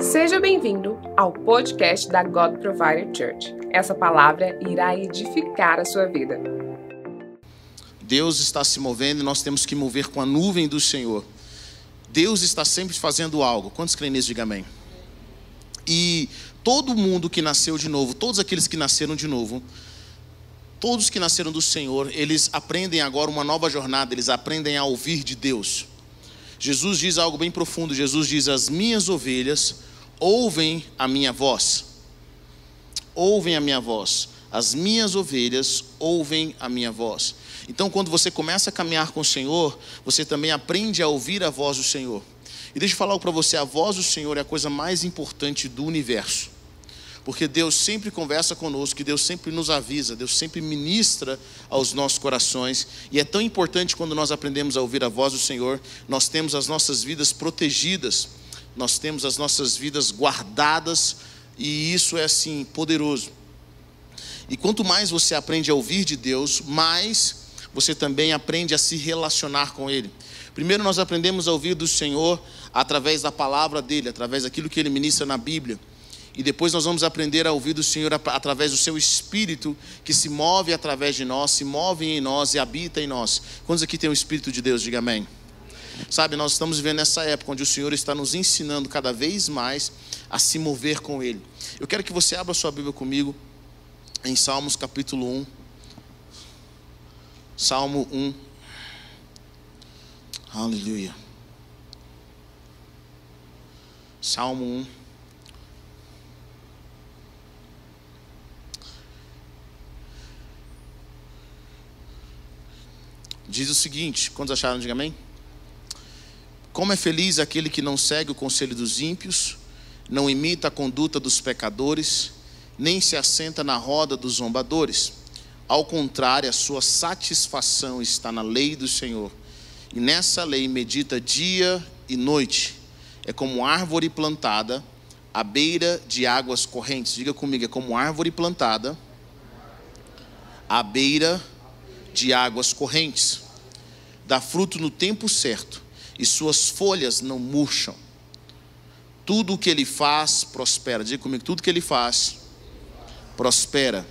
Seja bem-vindo ao podcast da God Provider Church. Essa palavra irá edificar a sua vida. Deus está se movendo e nós temos que mover com a nuvem do Senhor. Deus está sempre fazendo algo. Quantos creem nisso? Diga amém. E todo mundo que nasceu de novo, todos aqueles que nasceram de novo, todos que nasceram do Senhor, eles aprendem agora uma nova jornada, eles aprendem a ouvir de Deus. Jesus diz algo bem profundo. Jesus diz: as minhas ovelhas ouvem a minha voz. Ouvem a minha voz. As minhas ovelhas ouvem a minha voz. Então, quando você começa a caminhar com o Senhor, você também aprende a ouvir a voz do Senhor. E deixa eu falar algo para você: a voz do Senhor é a coisa mais importante do universo. Porque Deus sempre conversa conosco, Deus sempre nos avisa, Deus sempre ministra aos nossos corações. E é tão importante quando nós aprendemos a ouvir a voz do Senhor, nós temos as nossas vidas protegidas, nós temos as nossas vidas guardadas, e isso é assim, poderoso. E quanto mais você aprende a ouvir de Deus, mais você também aprende a se relacionar com Ele. Primeiro nós aprendemos a ouvir do Senhor através da palavra dEle, através daquilo que Ele ministra na Bíblia. E depois nós vamos aprender a ouvir do Senhor através do seu Espírito, que se move através de nós, se move em nós e habita em nós. Quantos aqui tem o Espírito de Deus? Diga amém. Sabe, nós estamos vivendo nessa época onde o Senhor está nos ensinando cada vez mais a se mover com Ele. Eu quero que você abra sua Bíblia comigo em Salmos capítulo 1. Salmo 1. Aleluia. Salmo 1. Diz o seguinte, quantos acharam? Diga amém. Como é feliz aquele que não segue o conselho dos ímpios, não imita a conduta dos pecadores, nem se assenta na roda dos zombadores. Ao contrário, a sua satisfação está na lei do Senhor, e nessa lei medita dia e noite. É como árvore plantada à beira de águas correntes. Diga comigo: é como árvore plantada à beira de águas correntes. Dá fruto no tempo certo, e suas folhas não murcham. Tudo o que ele faz prospera. Diga comigo: tudo que ele faz prospera.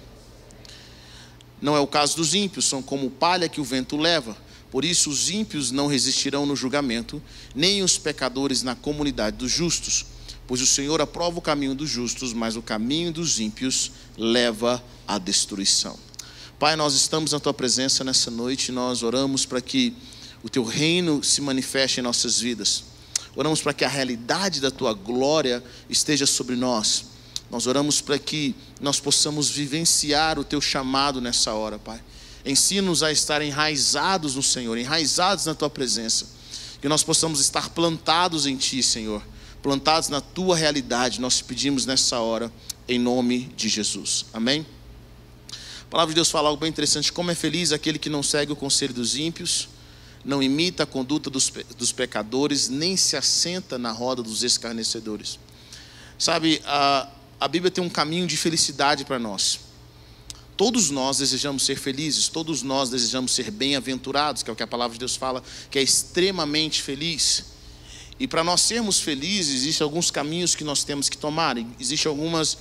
Não é o caso dos ímpios, são como palha que o vento leva. Por isso os ímpios não resistirão no julgamento, nem os pecadores na comunidade dos justos. Pois o Senhor aprova o caminho dos justos, mas o caminho dos ímpios leva à destruição. Pai, nós estamos na Tua presença nessa noite, nós oramos para que o Teu reino se manifeste em nossas vidas. Oramos para que a realidade da Tua glória esteja sobre nós. Nós oramos para que nós possamos vivenciar o Teu chamado nessa hora, Pai. Ensina-nos a estar enraizados no Senhor, enraizados na Tua presença. Que nós possamos estar plantados em Ti, Senhor, plantados na Tua realidade. Nós te pedimos nessa hora, em nome de Jesus. Amém? A palavra de Deus fala algo bem interessante: como é feliz aquele que não segue o conselho dos ímpios, não imita a conduta dos pecadores, nem se assenta na roda dos escarnecedores. Sabe, a Bíblia tem um caminho de felicidade para nós. Todos nós desejamos ser felizes, todos nós desejamos ser bem-aventurados, que é o que a palavra de Deus fala, que é extremamente feliz. E para nós sermos felizes, existem alguns caminhos que nós temos que tomar, existem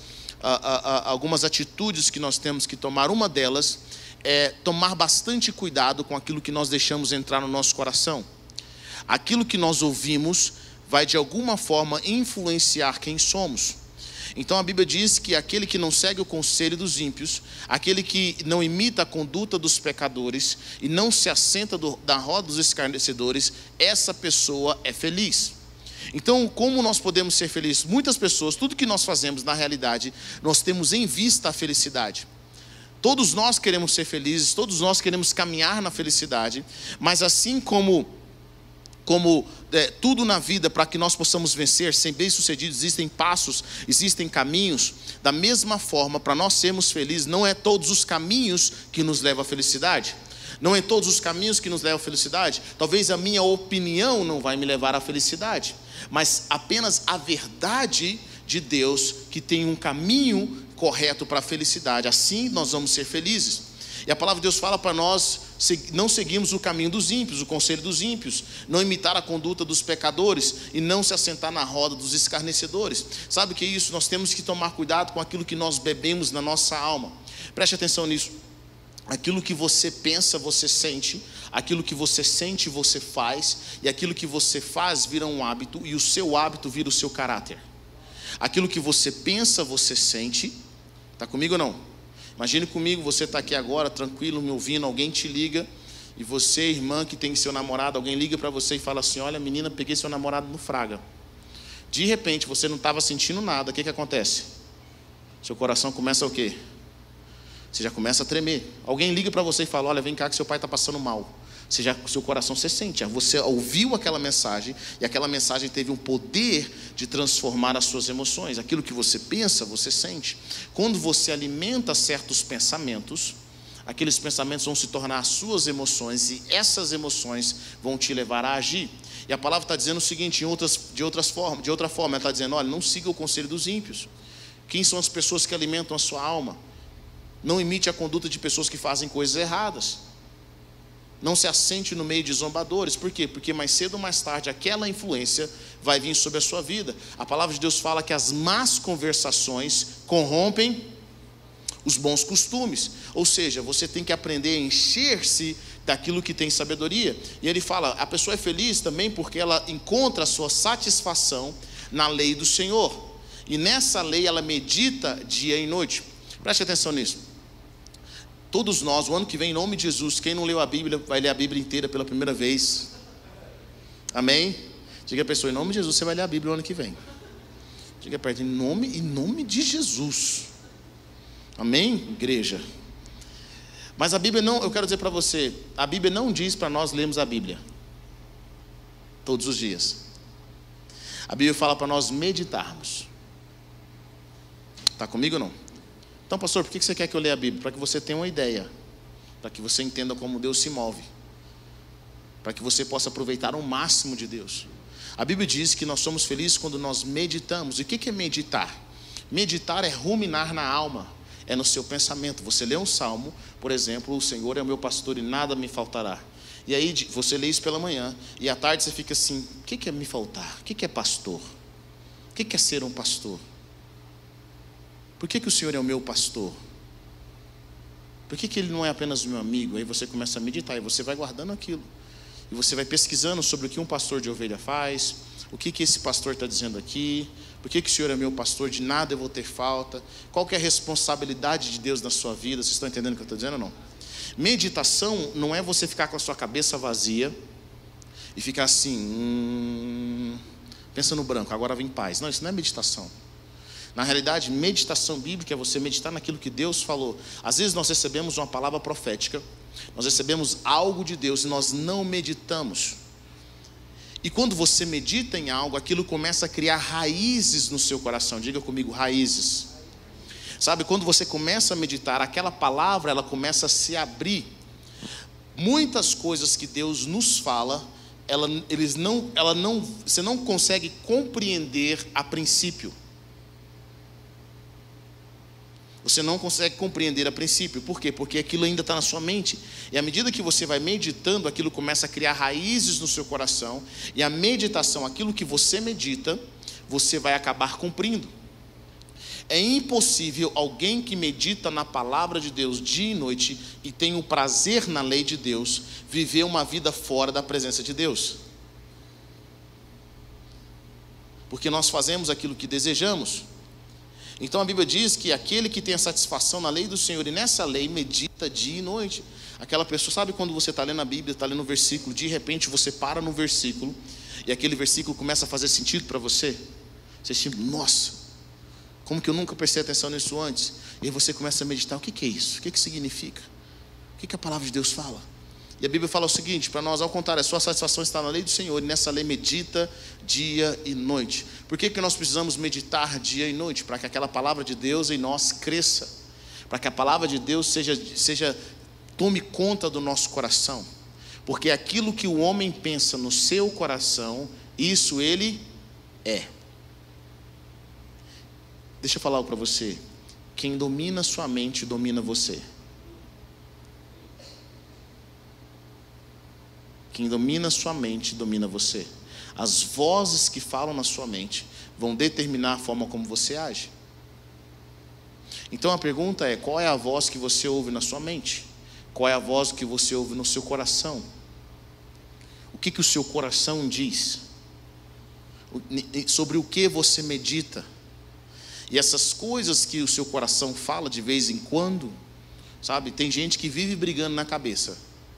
algumas atitudes que nós temos que tomar. Uma delas é tomar bastante cuidado com aquilo que nós deixamos entrar no nosso coração. Aquilo que nós ouvimos vai de alguma forma influenciar quem somos. Então a Bíblia diz que aquele que não segue o conselho dos ímpios, aquele que não imita a conduta dos pecadores e não se assenta na roda dos escarnecedores, essa pessoa é feliz. Então, como nós podemos ser felizes? Muitas pessoas, tudo que nós fazemos na realidade, nós temos em vista a felicidade. Todos nós queremos ser felizes, todos nós queremos caminhar na felicidade, mas assim como tudo na vida, para que nós possamos vencer, ser bem-sucedidos, existem passos, existem caminhos. Da mesma forma, para nós sermos felizes, não é todos os caminhos que nos levam à felicidade. Não é todos os caminhos que nos levam à felicidade. Talvez a minha opinião não vai me levar à felicidade, mas apenas a verdade de Deus, que tem um caminho correto para a felicidade. Assim nós vamos ser felizes. E a palavra de Deus fala para nós não seguirmos o caminho dos ímpios, o conselho dos ímpios, não imitar a conduta dos pecadores e não se assentar na roda dos escarnecedores. Sabe o que é isso? Nós temos que tomar cuidado com aquilo que nós bebemos na nossa alma. Preste atenção nisso. Aquilo que você pensa, você sente. Aquilo que você sente, você faz. E aquilo que você faz vira um hábito. E o seu hábito vira o seu caráter. Aquilo que você pensa, você sente. Está comigo ou não? Imagine comigo, você está aqui agora, tranquilo, me ouvindo. Alguém te liga. E você, irmã, que tem seu namorado, alguém liga para você e fala assim: olha, menina, peguei seu namorado no Fraga. De repente, você não estava sentindo nada. O que acontece? Seu coração começa o quê? Você já começa a tremer. Alguém liga para você e fala: olha, vem cá que seu pai está passando mal. Seu coração se sente. Você ouviu aquela mensagem e aquela mensagem teve um poder de transformar as suas emoções. Aquilo que você pensa, você sente. Quando você alimenta certos pensamentos, aqueles pensamentos vão se tornar as suas emoções e essas emoções vão te levar a agir. E a palavra está dizendo o seguinte, de outra forma, ela está dizendo: olha, não siga o conselho dos ímpios. Quem são as pessoas que alimentam a sua alma? Não imite a conduta de pessoas que fazem coisas erradas. Não se assente no meio de zombadores. Por quê? Porque mais cedo ou mais tarde aquela influência vai vir sobre a sua vida. A palavra de Deus fala que as más conversações corrompem os bons costumes. Ou seja, você tem que aprender a encher-se daquilo que tem sabedoria. E ele fala, a pessoa é feliz também porque ela encontra a sua satisfação na lei do Senhor. E nessa lei ela medita dia e noite. Preste atenção nisso. Todos nós, o ano que vem, em nome de Jesus, quem não leu a Bíblia, vai ler a Bíblia inteira pela primeira vez. Amém? Diga a pessoa: em nome de Jesus, você vai ler a Bíblia o ano que vem. Diga perto: em nome de Jesus. Amém, igreja? Mas a Bíblia não, eu quero dizer para você, a Bíblia não diz para nós lermos a Bíblia todos os dias. A Bíblia fala para nós meditarmos. Está comigo ou não? Então, pastor, por que você quer que eu leia a Bíblia? Para que você tenha uma ideia, para que você entenda como Deus se move, para que você possa aproveitar o máximo de Deus. A Bíblia diz que nós somos felizes quando nós meditamos. E o que é meditar? Meditar é ruminar na alma, é no seu pensamento. Você lê um salmo, por exemplo: o Senhor é o meu pastor e nada me faltará. E aí você lê isso pela manhã, e à tarde você fica assim: o que é me faltar? O que é pastor? O que é ser um pastor? Por que o Senhor é o meu pastor? Por que Ele não é apenas o meu amigo? Aí você começa a meditar e você vai guardando aquilo. E você vai pesquisando sobre o que um pastor de ovelha faz. O que esse pastor está dizendo aqui? Por que o Senhor é meu pastor? De nada eu vou ter falta. Qual que é a responsabilidade de Deus na sua vida? Vocês estão entendendo o que eu estou dizendo ou não? Meditação não é você ficar com a sua cabeça vazia e ficar assim, pensa no branco, agora vem paz. Não, isso não é meditação. Na realidade, meditação bíblica é você meditar naquilo que Deus falou. Às vezes nós recebemos uma palavra profética, nós recebemos algo de Deus e nós não meditamos. E quando você medita em algo, aquilo começa a criar raízes no seu coração. Diga comigo: raízes. Sabe, quando você começa a meditar, aquela palavra, ela começa a se abrir. Muitas coisas que Deus nos fala, você não consegue compreender a princípio. Você não consegue compreender a princípio. Por quê? Porque aquilo ainda está na sua mente. E à medida que você vai meditando, aquilo começa a criar raízes no seu coração. E a meditação, aquilo que você medita, você vai acabar cumprindo. É impossível alguém que medita na palavra de Deus dia e noite e tem o prazer na lei de Deus, viver uma vida fora da presença de Deus. Porque nós fazemos aquilo que desejamos. Então a Bíblia diz que aquele que tem a satisfação na lei do Senhor e nessa lei medita dia e noite. Aquela pessoa, sabe quando você está lendo a Bíblia, está lendo um versículo, de repente você para no versículo e aquele versículo começa a fazer sentido para você? Você diz: nossa, como que eu nunca prestei atenção nisso antes? E aí você começa a meditar: o que é isso? O que significa? O que a palavra de Deus fala? E a Bíblia fala o seguinte, para nós, ao contrário: a sua satisfação está na lei do Senhor, e nessa lei medita dia e noite. Por que nós precisamos meditar dia e noite? Para que aquela palavra de Deus em nós cresça, para que a palavra de Deus tome conta do nosso coração, porque aquilo que o homem pensa no seu coração, isso ele é. Deixa eu falar algo para você: quem domina sua mente, domina você. Quem domina a sua mente, domina você. As vozes que falam na sua mente vão determinar a forma como você age. Então a pergunta é: qual é a voz que você ouve na sua mente? Qual é a voz que você ouve no seu coração? O que o seu coração diz? Sobre o que você medita? E essas coisas que o seu coração fala de vez em quando, sabe? Tem gente que vive brigando na cabeça.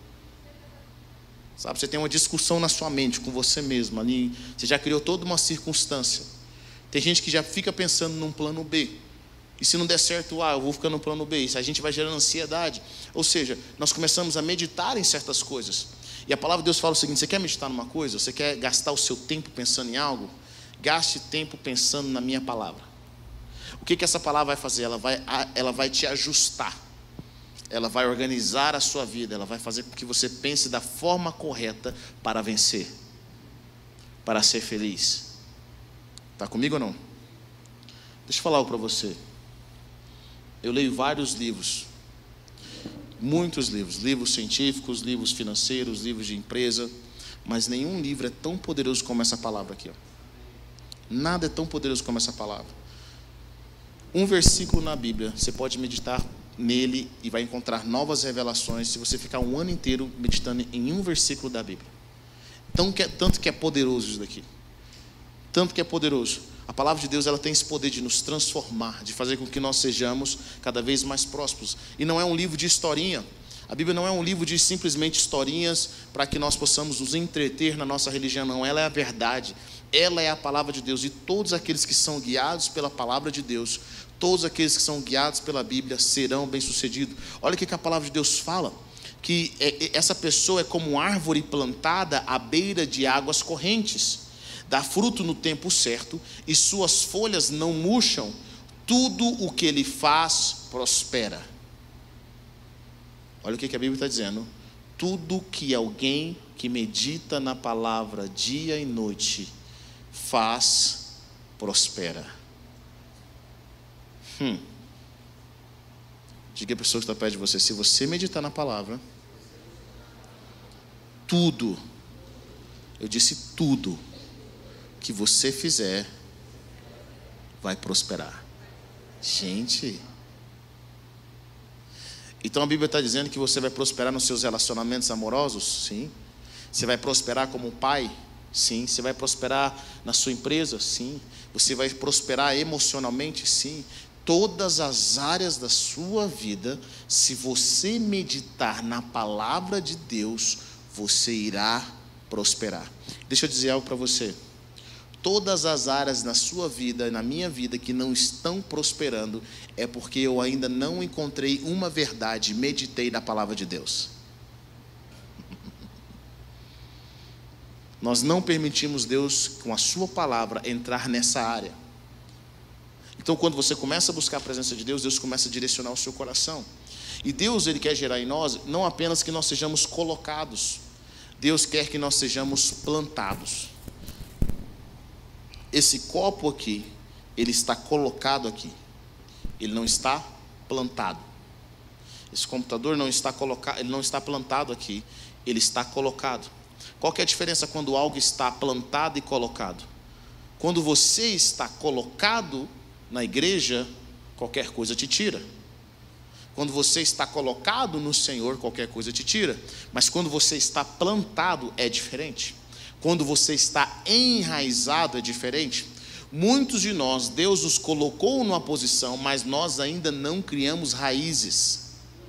Sabe, você tem uma discussão na sua mente com você mesmo ali, você já criou toda uma circunstância. Tem gente que já fica pensando num plano B. E se não der certo, eu vou ficar no plano B. Isso a gente vai gerando ansiedade. Ou seja, nós começamos a meditar em certas coisas. E a palavra de Deus fala o seguinte: você quer meditar numa coisa? Você quer gastar o seu tempo pensando em algo? Gaste tempo pensando na minha palavra. O que essa palavra vai fazer? Ela vai te ajustar. Ela vai organizar a sua vida. Ela vai fazer com que você pense da forma correta para vencer, para ser feliz. Está comigo ou não? Deixa eu falar algo para você. Eu leio vários livros, muitos livros, livros científicos, livros financeiros, livros de empresa, mas nenhum livro é tão poderoso como essa palavra aqui, ó. Nada é tão poderoso como essa palavra. Um versículo na Bíblia, você pode meditar nele e vai encontrar novas revelações se você ficar um ano inteiro meditando em um versículo da Bíblia. Tanto que é poderoso isso daqui. Tanto que é poderoso. A palavra de Deus, ela tem esse poder de nos transformar, de fazer com que nós sejamos cada vez mais prósperos. E não é um livro de historinha. A Bíblia não é um livro de simplesmente historinhas para que nós possamos nos entreter na nossa religião, não. Ela é a verdade. Ela é a palavra de Deus. E todos aqueles que são guiados pela palavra de Deus, todos aqueles que são guiados pela Bíblia serão bem-sucedidos. Olha o que a palavra de Deus fala: que essa pessoa é como árvore plantada à beira de águas correntes, dá fruto no tempo certo e suas folhas não murcham, tudo o que ele faz prospera. Olha o que a Bíblia está dizendo: tudo que alguém que medita na palavra dia e noite faz, prospera. Diga a pessoa que está perto de você: se você meditar na palavra, tudo, eu disse tudo, que você fizer vai prosperar. Gente, então a Bíblia está dizendo que você vai prosperar nos seus relacionamentos amorosos? Sim. Você vai prosperar como pai? Sim. Você vai prosperar na sua empresa? Sim. Você vai prosperar emocionalmente? Sim. Todas as áreas da sua vida, se você meditar na palavra de Deus, você irá prosperar. Deixa eu dizer algo para você: todas as áreas na sua vida e na minha vida que não estão prosperando é porque eu ainda não encontrei uma verdade, meditei na palavra de Deus. Nós não permitimos Deus, com a sua palavra, entrar nessa área. Então, quando você começa a buscar a presença de Deus, Deus começa a direcionar o seu coração. E Deus, Ele quer gerar em nós, não apenas que nós sejamos colocados, Deus quer que nós sejamos plantados. Esse copo aqui, ele está colocado aqui, ele não está plantado. Esse computador não está colocado, ele não está plantado aqui, ele está colocado. Qual que é a diferença quando algo está plantado e colocado? Quando você está colocado na igreja, qualquer coisa te tira. Quando você está colocado no Senhor, qualquer coisa te tira. Mas quando você está plantado, é diferente. Quando você está enraizado, é diferente. Muitos de nós, Deus nos colocou numa posição, mas nós ainda não criamos raízes.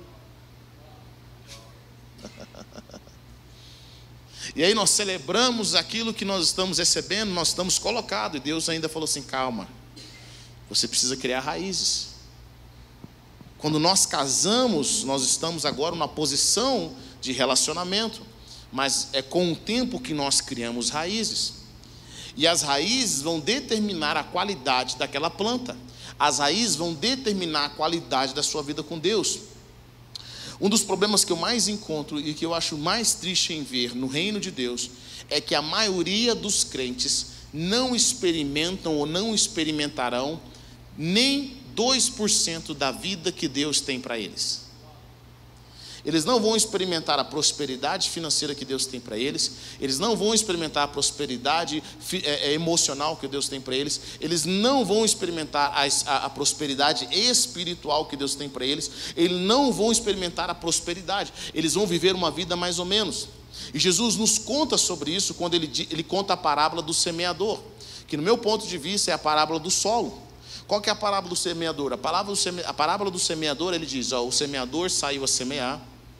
E aí nós celebramos aquilo que nós estamos recebendo, nós estamos colocados, e Deus ainda falou assim: calma, você precisa criar raízes. Quando nós casamos, nós estamos agora numa posição de relacionamento, mas é com o tempo que nós criamos raízes. E as raízes vão determinar a qualidade daquela planta. As raízes vão determinar a qualidade da sua vida com Deus. Um dos problemas que eu mais encontro e que eu acho mais triste em ver no reino de Deus é que a maioria dos crentes não experimentam ou não experimentarão nem 2% da vida que Deus tem para eles. Eles não vão experimentar a prosperidade financeira que Deus tem para eles. Eles não vão experimentar a prosperidade emocional que Deus tem para eles. Eles não vão experimentar a prosperidade espiritual que Deus tem para eles. Eles não vão experimentar a prosperidade. Eles vão viver uma vida mais ou menos. E Jesus nos conta sobre isso quando ele conta a parábola do semeador, que no meu ponto de vista é a parábola do solo. Qual que é a parábola do semeador? A parábola do semeador, ele diz, o semeador saiu a semear,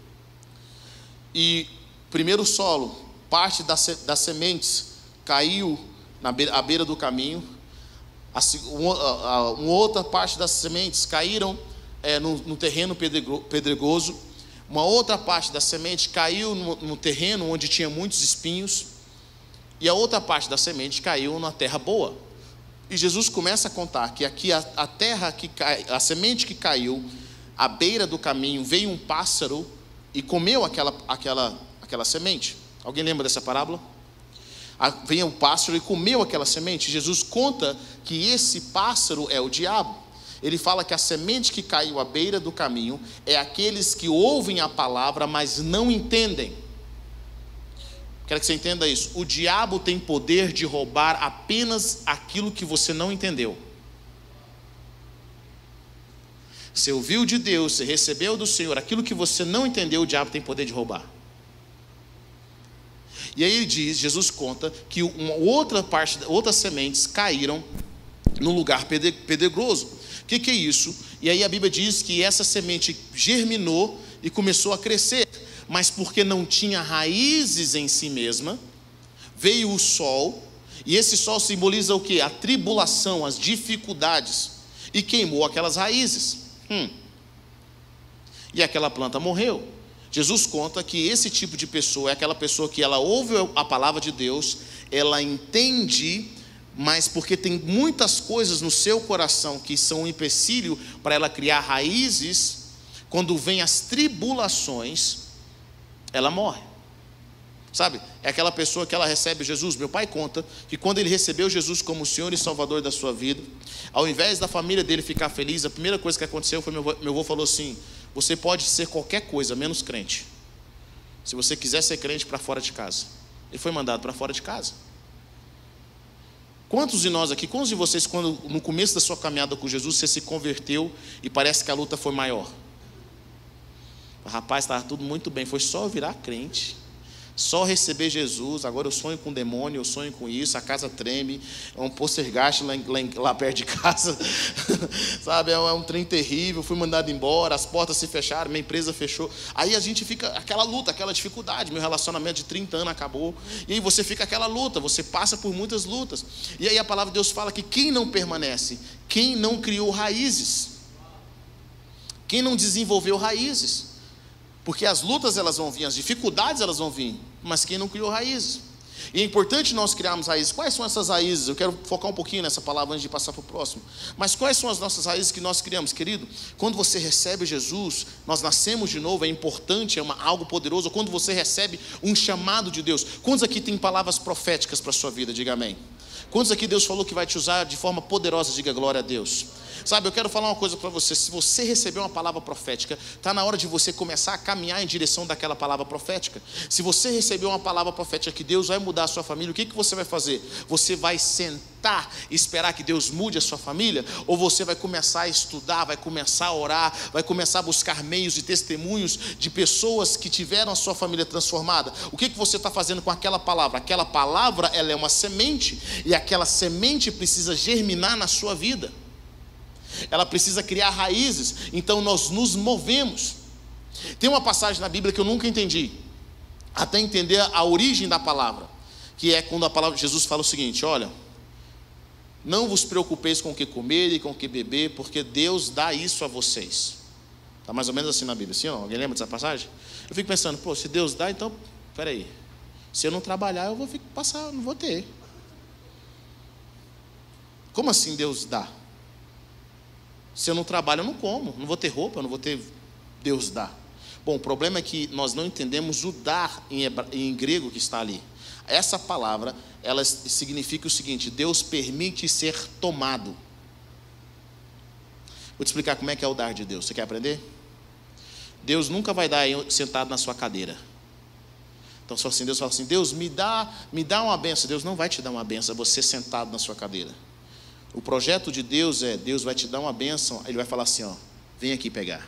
e primeiro solo, parte das sementes caiu à beira do caminho, uma outra parte das sementes caíram no terreno pedregoso, uma outra parte da semente caiu no terreno onde tinha muitos espinhos, e a outra parte da semente caiu na terra boa. E Jesus começa a contar que aqui a terra a semente que caiu à beira do caminho, veio um pássaro e comeu aquela semente. Alguém lembra dessa parábola? Veio um pássaro e comeu aquela semente. Jesus conta que esse pássaro é o diabo. Ele fala que a semente que caiu à beira do caminho é aqueles que ouvem a palavra, mas não entendem. Quero que você entenda isso. O diabo tem poder de roubar apenas aquilo que você não entendeu. Você ouviu de Deus, você recebeu do Senhor, aquilo que você não entendeu, o diabo tem poder de roubar. E aí ele diz, Jesus conta que outras sementes caíram no lugar pedregoso. O que é isso? E aí a Bíblia diz que essa semente germinou e começou a crescer, mas porque não tinha raízes em si mesma, veio o sol, e esse sol simboliza o quê? A tribulação, as dificuldades, e queimou aquelas raízes. E aquela planta morreu. Jesus conta que esse tipo de pessoa é aquela pessoa que ela ouve a palavra de Deus, ela entende, mas porque tem muitas coisas no seu coração que são um empecilho para ela criar raízes, quando vem as tribulações, ela morre. Sabe, é aquela pessoa que ela recebe Jesus. Meu pai conta que quando ele recebeu Jesus como Senhor e Salvador da sua vida, ao invés da família dele ficar feliz, a primeira coisa que aconteceu foi meu avô falou assim: você pode ser qualquer coisa, menos crente. Se você quiser ser crente, para fora de casa. Ele foi mandado para fora de casa. Quantos de nós aqui, quantos de vocês, quando no começo da sua caminhada com Jesus, você se converteu e parece que a luta foi maior? Rapaz, estava tudo muito bem, foi só eu virar crente, só receber Jesus, agora eu sonho com demônio, eu sonho com isso, a casa treme, é um poltergeist lá perto de casa, sabe, é um trem terrível, fui mandado embora, as portas se fecharam, minha empresa fechou, aí a gente fica, aquela luta, aquela dificuldade, meu relacionamento de 30 anos acabou, e aí você fica aquela luta, você passa por muitas lutas, e aí a palavra de Deus fala que quem não permanece, quem não criou raízes, quem não desenvolveu raízes, porque as lutas elas vão vir, as dificuldades elas vão vir, mas quem não criou raízes? E é importante nós criarmos raízes. Quais são essas raízes? Eu quero focar um pouquinho nessa palavra antes de passar para o próximo. Mas quais são as nossas raízes que nós criamos? Querido, quando você recebe Jesus, nós nascemos de novo, é importante, é algo poderoso. Quando você recebe um chamado de Deus. Quantos aqui tem palavras proféticas para a sua vida? Diga amém. Quantos aqui Deus falou que vai te usar de forma poderosa? Diga glória a Deus. Sabe, eu quero falar uma coisa para você. Se você recebeu uma palavra profética, está na hora de você começar a caminhar em direção daquela palavra profética. Se você recebeu uma palavra profética que Deus vai mudar a sua família, o que você vai fazer? Você vai sentar e esperar que Deus mude a sua família? Ou você vai começar a estudar, vai começar a orar, vai começar a buscar meios e testemunhos de pessoas que tiveram a sua família transformada? O que você está fazendo com aquela palavra? Aquela palavra, ela é uma semente, e aquela semente precisa germinar na sua vida. Ela precisa criar raízes, então nós nos movemos. Tem uma passagem na Bíblia que eu nunca entendi, até entender a origem da palavra, que é quando a palavra de Jesus fala o seguinte: olha, não vos preocupeis com o que comer e com o que beber, porque Deus dá isso a vocês. Está mais ou menos assim na Bíblia, sim ou não? Alguém lembra dessa passagem? Eu fico pensando, se Deus dá, então, peraí, se eu não trabalhar, eu vou passar, não vou ter. Como assim Deus dá? Se eu não trabalho, eu não como, não vou ter roupa, eu não vou ter. Deus dá. Bom, o problema é que nós não entendemos o dar em grego que está ali. Essa palavra, ela significa o seguinte: Deus permite ser tomado. Vou te explicar como é que é o dar de Deus. Você quer aprender? Deus nunca vai dar sentado na sua cadeira. Então Deus fala assim, Deus me dá uma bênção. Deus não vai te dar uma bênção, é você sentado na sua cadeira. O projeto de Deus é, Deus vai te dar uma bênção, Ele vai falar assim, ó, vem aqui pegar.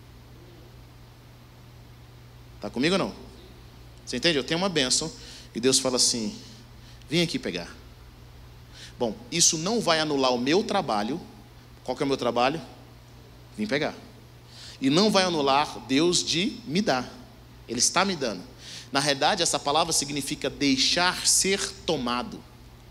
Está comigo ou não? Você entende? Eu tenho uma bênção e Deus fala assim, vem aqui pegar. Bom, isso não vai anular o meu trabalho. Qual que é o meu trabalho? Vim pegar. E não vai anular Deus de me dar. Ele está me dando. Na realidade, essa palavra significa deixar ser tomado.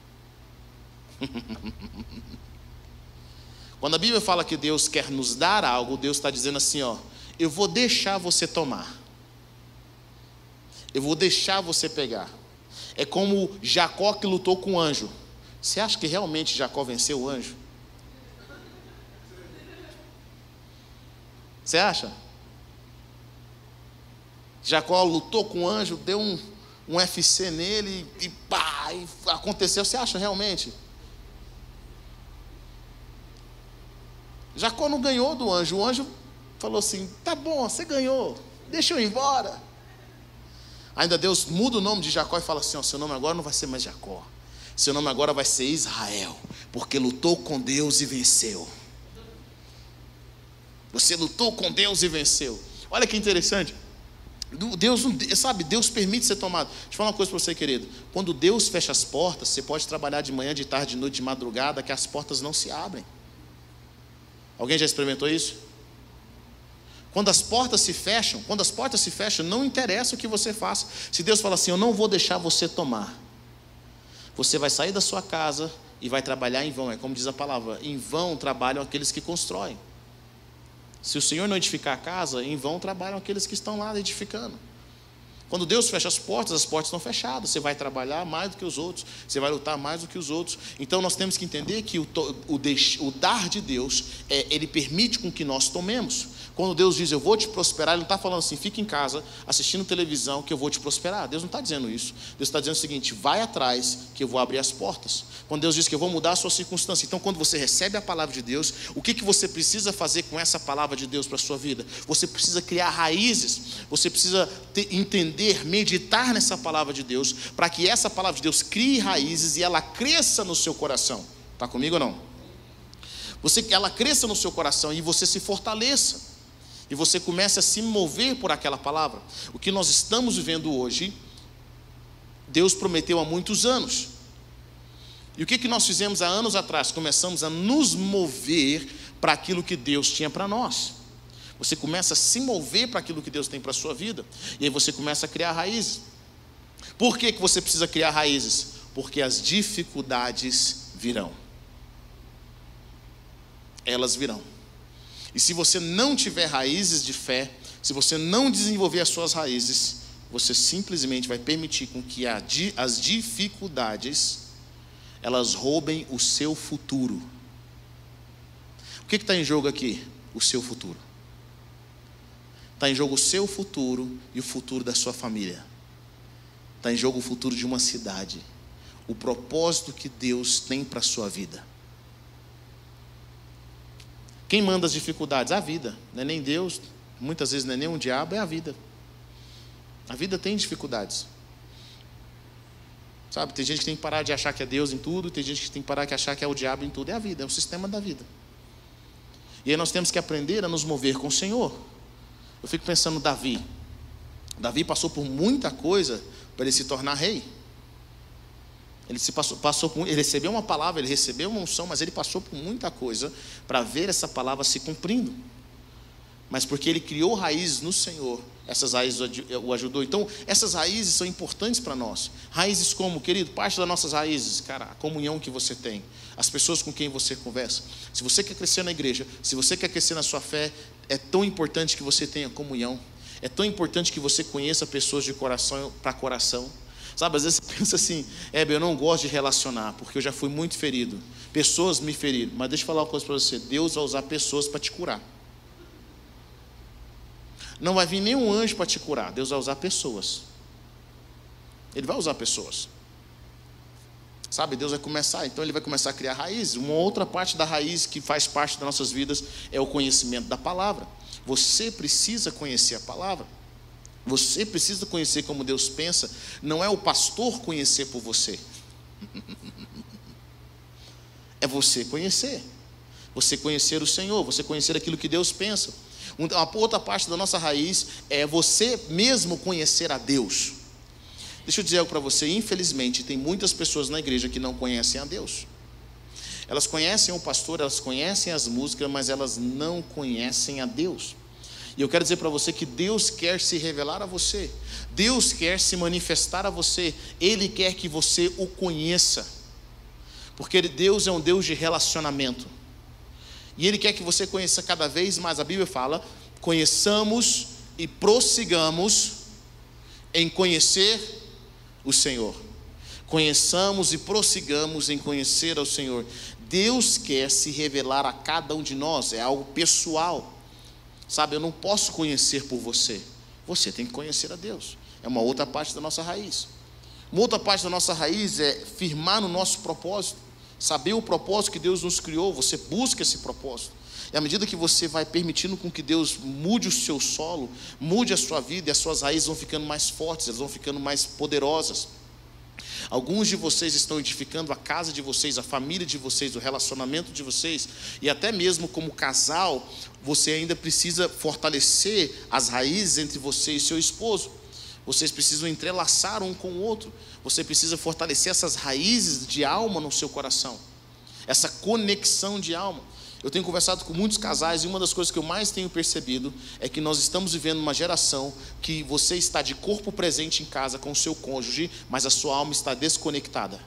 Quando a Bíblia fala que Deus quer nos dar algo, Deus está dizendo assim, ó, eu vou deixar você tomar. Eu vou deixar você pegar. É como Jacó que lutou com o anjo. Você acha que realmente Jacó venceu o anjo? Você acha? Jacó lutou com o anjo, deu um FC nele e pá, e aconteceu. Você acha realmente? Jacó não ganhou do anjo. O anjo falou assim, tá bom, você ganhou, deixa eu ir embora. Ainda Deus muda o nome de Jacó e fala assim, ó, seu nome agora não vai ser mais Jacó, seu nome agora vai ser Israel, porque lutou com Deus e venceu. Você lutou com Deus e venceu. Olha que interessante. Deus, sabe, Deus permite ser tomado. Deixa eu falar uma coisa para você, querido. Quando Deus fecha as portas, você pode trabalhar de manhã, de tarde, de noite, de madrugada, que as portas não se abrem. Alguém já experimentou isso? Quando as portas se fecham, não interessa o que você faça. Se Deus fala assim, eu não vou deixar você tomar, você vai sair da sua casa e vai trabalhar em vão. É como diz a palavra, em vão trabalham aqueles que constroem. Se o Senhor não edificar a casa, em vão trabalham aqueles que estão lá edificando. Quando Deus fecha as portas estão fechadas. Você vai trabalhar mais do que os outros, você vai lutar mais do que os outros. Então nós temos que entender que o dar de Deus, Ele permite com que nós tomemos. Quando Deus diz, eu vou te prosperar, Ele não está falando assim, fica em casa, assistindo televisão, que eu vou te prosperar. Deus não está dizendo isso. Deus está dizendo o seguinte, vai atrás, que eu vou abrir as portas. Quando Deus diz que eu vou mudar a sua circunstância. Então quando você recebe a palavra de Deus, o que você precisa fazer com essa palavra de Deus para a sua vida? Você precisa criar raízes, você precisa entender, meditar nessa palavra de Deus, para que essa palavra de Deus crie raízes e ela cresça no seu coração. Está comigo ou não? Ela cresça no seu coração e você se fortaleça. E você começa a se mover por aquela palavra. O que nós estamos vivendo hoje, Deus prometeu há muitos anos. E o que nós fizemos há anos atrás? Começamos a nos mover para aquilo que Deus tinha para nós. Você começa a se mover para aquilo que Deus tem para a sua vida. E aí você começa a criar raízes. Por que você precisa criar raízes? Porque as dificuldades virão. Elas virão. E se você não tiver raízes de fé, se você não desenvolver as suas raízes, você simplesmente vai permitir com que as dificuldades, elas roubem o seu futuro. O que está em jogo aqui? O seu futuro. Está em jogo o seu futuro e o futuro da sua família. Está em jogo o futuro de uma cidade. O propósito que Deus tem para a sua vida. Quem manda as dificuldades? A vida. Não é nem Deus, muitas vezes não é nem um diabo, é a vida. A vida tem dificuldades. Sabe, tem gente que tem que parar de achar que é Deus em tudo, tem gente que tem que parar de achar que é o diabo em tudo. É a vida, é o sistema da vida. E aí nós temos que aprender a nos mover com o Senhor. Eu fico pensando no Davi. Davi passou por muita coisa para ele se tornar rei. Ele recebeu uma palavra, ele recebeu uma unção, mas ele passou por muita coisa para ver essa palavra se cumprindo. Mas porque ele criou raízes no Senhor, essas raízes o ajudou. Então, essas raízes são importantes para nós. Raízes como, querido, parte das nossas raízes, cara, a comunhão que você tem, as pessoas com quem você conversa. Se você quer crescer na igreja, se você quer crescer na sua fé, é tão importante que você tenha comunhão. É tão importante que você conheça pessoas de coração para coração. Sabe, às vezes você pensa assim, eu não gosto de relacionar, porque eu já fui muito ferido. Pessoas me feriram. Mas deixa eu falar uma coisa para você, Deus vai usar pessoas para te curar. Não vai vir nenhum anjo para te curar, Deus vai usar pessoas. Ele vai usar pessoas. Sabe, Deus vai começar, então Ele vai começar a criar raízes. Uma outra parte da raiz que faz parte das nossas vidas é o conhecimento da palavra. Você precisa conhecer a palavra. Você precisa conhecer como Deus pensa. Não é o pastor conhecer por você. É você conhecer. Você conhecer o Senhor, você conhecer aquilo que Deus pensa. Uma outra parte da nossa raiz é você mesmo conhecer a Deus. Deixa eu dizer algo para você, infelizmente tem muitas pessoas na igreja que não conhecem a Deus. Elas conhecem o pastor, elas conhecem as músicas, mas elas não conhecem a Deus. E eu quero dizer para você que Deus quer se revelar a você. Deus quer se manifestar a você. Ele quer que você o conheça. Porque Deus é um Deus de relacionamento. E Ele quer que você conheça cada vez mais. A Bíblia fala, conheçamos e prossigamos em conhecer o Senhor. Conheçamos e prossigamos em conhecer ao Senhor. Deus quer se revelar a cada um de nós, é algo pessoal. Sabe, eu não posso conhecer por você. Você tem que conhecer a Deus. É uma outra parte da nossa raiz. Uma outra parte da nossa raiz é firmar no nosso propósito. Saber o propósito que Deus nos criou, você busca esse propósito. E à medida que você vai permitindo com que Deus mude o seu solo, mude a sua vida, e as suas raízes vão ficando mais fortes, elas vão ficando mais poderosas. Alguns de vocês estão edificando a casa de vocês, a família de vocês, o relacionamento de vocês, e até mesmo como casal, você ainda precisa fortalecer as raízes entre você e seu esposo. Vocês precisam entrelaçar um com o outro. Você precisa fortalecer essas raízes de alma no seu coração, essa conexão de alma. Eu tenho conversado com muitos casais e uma das coisas que eu mais tenho percebido é que nós estamos vivendo uma geração que você está de corpo presente em casa com o seu cônjuge, mas a sua alma está desconectada.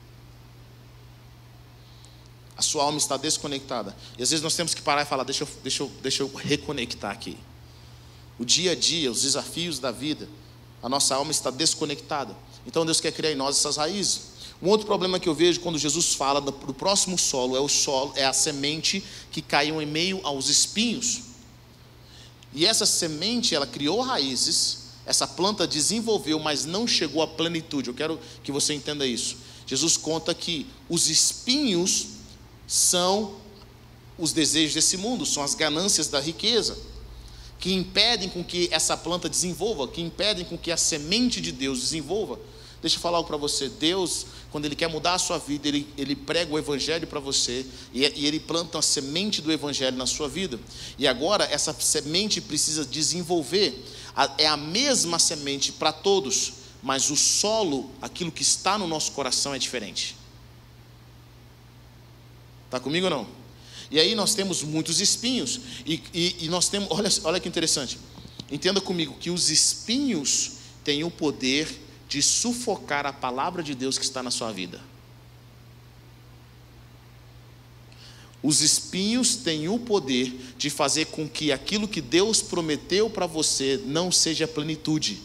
A sua alma está desconectada. E às vezes nós temos que parar e falar, deixa eu reconectar aqui. O dia a dia, os desafios da vida, a nossa alma está desconectada. Então Deus quer criar em nós essas raízes. Um outro problema que eu vejo quando Jesus fala do próximo solo, é a semente que caiu em meio aos espinhos. E essa semente, ela criou raízes, essa planta desenvolveu, mas não chegou à plenitude. Eu quero que você entenda isso. Jesus conta que os espinhos são os desejos desse mundo, são as ganâncias da riqueza, que impedem com que essa planta desenvolva, que impedem com que a semente de Deus desenvolva. Deixa eu falar algo para você. Deus, quando Ele quer mudar a sua vida, Ele prega o Evangelho para você, e Ele planta a semente do Evangelho na sua vida. E agora essa semente precisa desenvolver. É a mesma semente para todos, mas o solo, aquilo que está no nosso coração é diferente. Está comigo ou não? E aí nós temos muitos espinhos, e nós temos, olha que interessante, entenda comigo que os espinhos têm o poder de sufocar a palavra de Deus que está na sua vida. Os espinhos têm o poder de fazer com que aquilo que Deus prometeu para você não seja plenitude,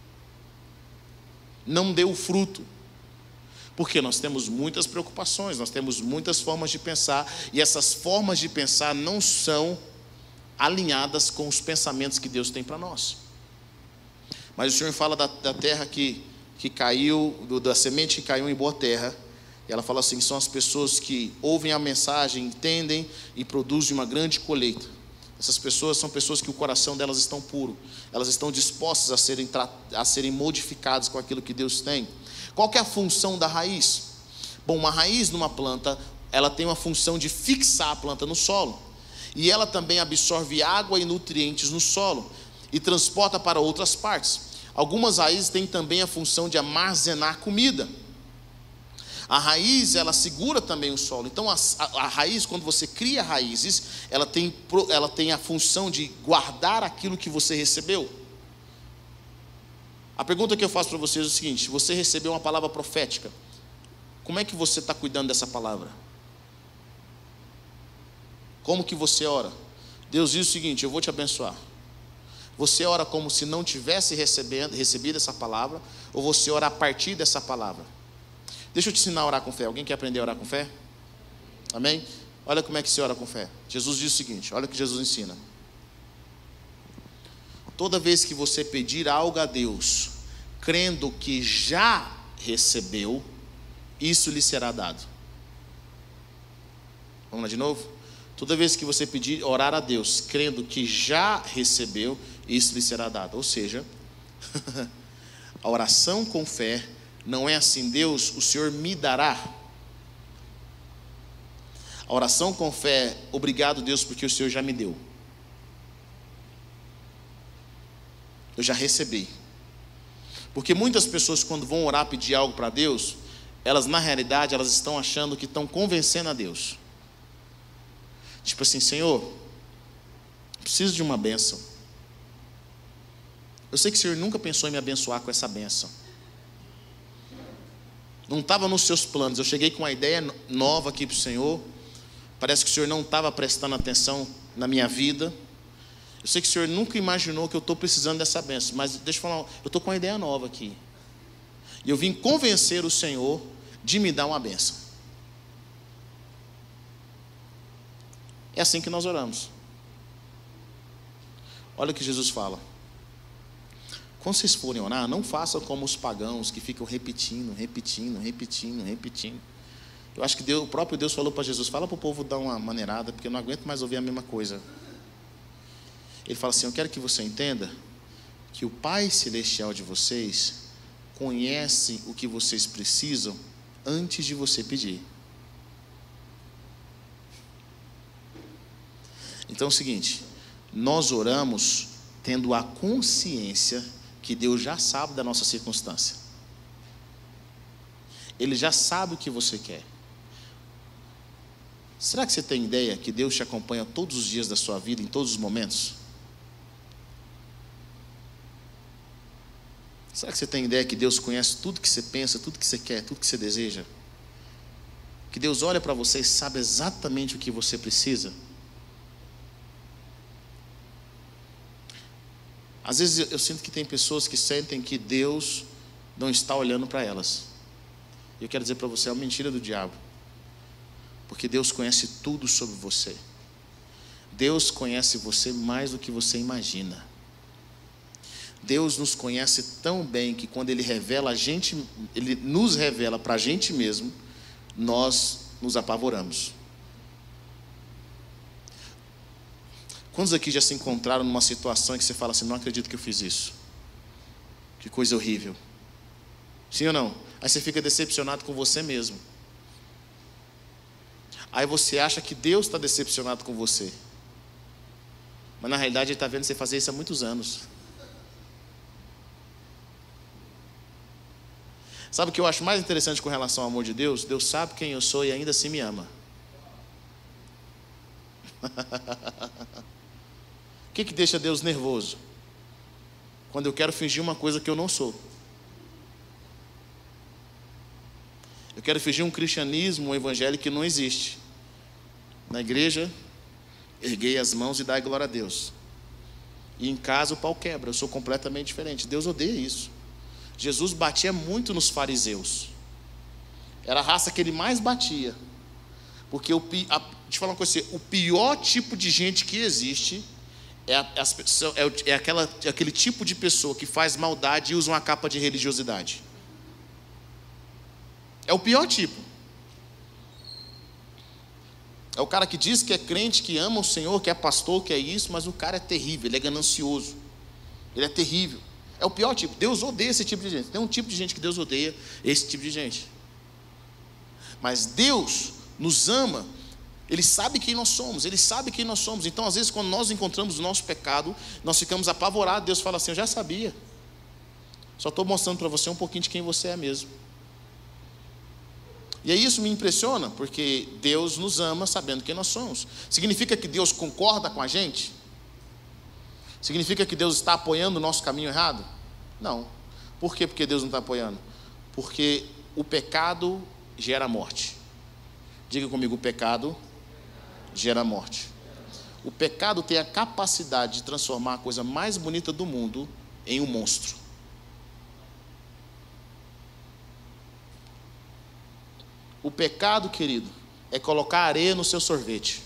não dê o fruto. Porque nós temos muitas preocupações, nós temos muitas formas de pensar, e essas formas de pensar não são alinhadas com os pensamentos que Deus tem para nós. Mas o Senhor fala da terra que caiu, da semente que caiu em boa terra, e ela fala assim, são as pessoas que ouvem a mensagem, entendem e produzem uma grande colheita. Essas pessoas são pessoas que o coração delas estão puro, elas estão dispostas a serem modificadas com aquilo que Deus tem. Qual que é a função da raiz? Bom, uma raiz numa planta, ela tem uma função de fixar a planta no solo, e ela também absorve água e nutrientes no solo, e transporta para outras partes. Algumas raízes têm também a função de armazenar comida. A raiz, ela segura também o solo. Então a raiz, quando você cria raízes, ela tem a função de guardar aquilo que você recebeu. A pergunta que eu faço para vocês é o seguinte: você recebeu uma palavra profética, como é que você está cuidando dessa palavra? Como que você ora? Deus diz o seguinte: eu vou te abençoar. Você ora como se não tivesse recebido essa palavra, ou você ora a partir dessa palavra? Deixa eu te ensinar a orar com fé. Alguém quer aprender a orar com fé? Amém? Olha como é que se ora com fé. Jesus diz o seguinte, olha o que Jesus ensina. Toda vez que você pedir algo a Deus, crendo que já recebeu, isso lhe será dado. Vamos lá de novo? Toda vez que você pedir, orar a Deus, crendo que já recebeu, isso lhe será dado. Ou seja, a oração com fé não é assim: Deus, o Senhor me dará. A oração com fé, obrigado Deus, porque o Senhor já me deu. Eu já recebi. Porque muitas pessoas, quando vão orar, pedir algo para Deus, elas na realidade, elas estão achando que estão convencendo a Deus. Tipo assim: Senhor, preciso de uma bênção. Eu sei que o Senhor nunca pensou em me abençoar com essa bênção. Não estava nos seus planos. Eu cheguei com uma ideia nova aqui para o Senhor. Parece que o Senhor não estava prestando atenção na minha vida. Eu sei que o Senhor nunca imaginou que eu estou precisando dessa bênção. Mas deixa eu falar, eu estou com uma ideia nova aqui. E eu vim convencer o Senhor de me dar uma bênção. É assim que nós oramos. Olha o que Jesus fala: quando vocês forem orar, não façam como os pagãos que ficam repetindo. Eu acho que o próprio Deus falou para Jesus: fala para o povo dar uma maneirada, porque eu não aguento mais ouvir a mesma coisa. Ele fala assim: eu quero que você entenda que o Pai Celestial de vocês conhece o que vocês precisam antes de você pedir. Então é o seguinte: nós oramos tendo a consciência que Deus já sabe da nossa circunstância. Ele já sabe o que você quer. Será que você tem ideia que Deus te acompanha todos os dias da sua vida, em todos os momentos? Será que você tem ideia que Deus conhece tudo que você pensa, tudo que você quer, tudo que você deseja? Que Deus olha para você e sabe exatamente o que você precisa? Às vezes eu sinto que tem pessoas que sentem que Deus não está olhando para elas. E eu quero dizer para você, é uma mentira do diabo. Porque Deus conhece tudo sobre você. Deus conhece você mais do que você imagina. Deus nos conhece tão bem que quando Ele revela a gente, Ele nos revela para a gente mesmo, nós nos apavoramos. Quantos aqui já se encontraram numa situação em que você fala assim: não acredito que eu fiz isso? Que coisa horrível. Sim ou não? Aí você fica decepcionado com você mesmo. Aí você acha que Deus está decepcionado com você. Mas na realidade Ele está vendo você fazer isso há muitos anos. Sabe o que eu acho mais interessante com relação ao amor de Deus? Deus sabe quem eu sou e ainda assim me ama. O que deixa Deus nervoso? Quando eu quero fingir uma coisa que eu não sou. Eu quero fingir um cristianismo, um evangelho que não existe. Na igreja, erguei as mãos e dai glória a Deus. E em casa o pau quebra, eu sou completamente diferente. Deus odeia isso. Jesus batia muito nos fariseus. Era a raça que ele mais batia. Porque, deixa eu falar uma coisa assim, o pior tipo de gente que existe é aquele tipo de pessoa que faz maldade e usa uma capa de religiosidade. É o pior tipo. É o cara que diz que é crente, que ama o Senhor, que é pastor, que é isso, mas o cara é terrível, ele é ganancioso. Ele é terrível. É o pior tipo. Deus odeia esse tipo de gente. Tem um tipo de gente que Deus odeia, esse tipo de gente. Mas Deus nos ama. Ele sabe quem nós somos. Ele sabe quem nós somos. Então, às vezes, quando nós encontramos o nosso pecado, nós ficamos apavorados. Deus fala assim: eu já sabia. Só estou mostrando para você um pouquinho de quem você é mesmo. E aí isso me impressiona, porque Deus nos ama sabendo quem nós somos. Significa que Deus concorda com a gente? Significa que Deus está apoiando o nosso caminho errado? Não. Por quê? Porque Deus não está apoiando? Porque o pecado gera morte. Diga comigo: o pecado gera morte. O pecado tem a capacidade de transformar a coisa mais bonita do mundo em um monstro. O pecado, querido, é colocar areia no seu sorvete.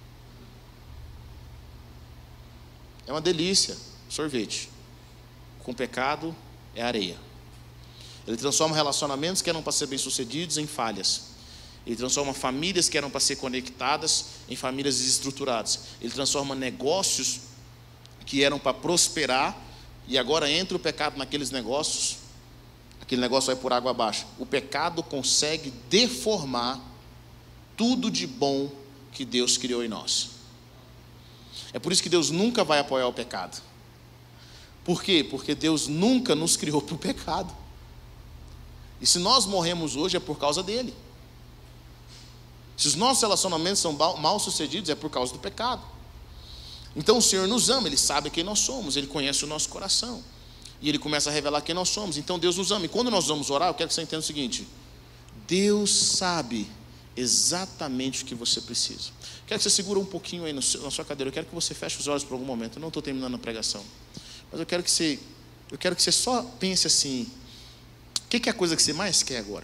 É uma delícia, sorvete. Com pecado é areia. Ele transforma relacionamentos que eram para ser bem-sucedidos em falhas. Ele transforma famílias que eram para ser conectadas em famílias desestruturadas. Ele transforma negócios que eram para prosperar, e agora entra o pecado naqueles negócios, aquele negócio vai por água abaixo. O pecado consegue deformar tudo de bom que Deus criou em nós. É por isso que Deus nunca vai apoiar o pecado. Por quê? Porque Deus nunca nos criou para o pecado. E se nós morremos hoje é por causa dele. Se os nossos relacionamentos são mal sucedidos é por causa do pecado. Então o Senhor nos ama, Ele sabe quem nós somos, Ele conhece o nosso coração, e Ele começa a revelar quem nós somos. Então Deus nos ama. E quando nós vamos orar, eu quero que você entenda o seguinte: Deus sabe exatamente o que você precisa. Quero que você segure um pouquinho aí na sua cadeira. Eu quero que você feche os olhos por algum momento. Eu não estou terminando a pregação, mas eu quero que você só pense assim: o que é a coisa que você mais quer agora?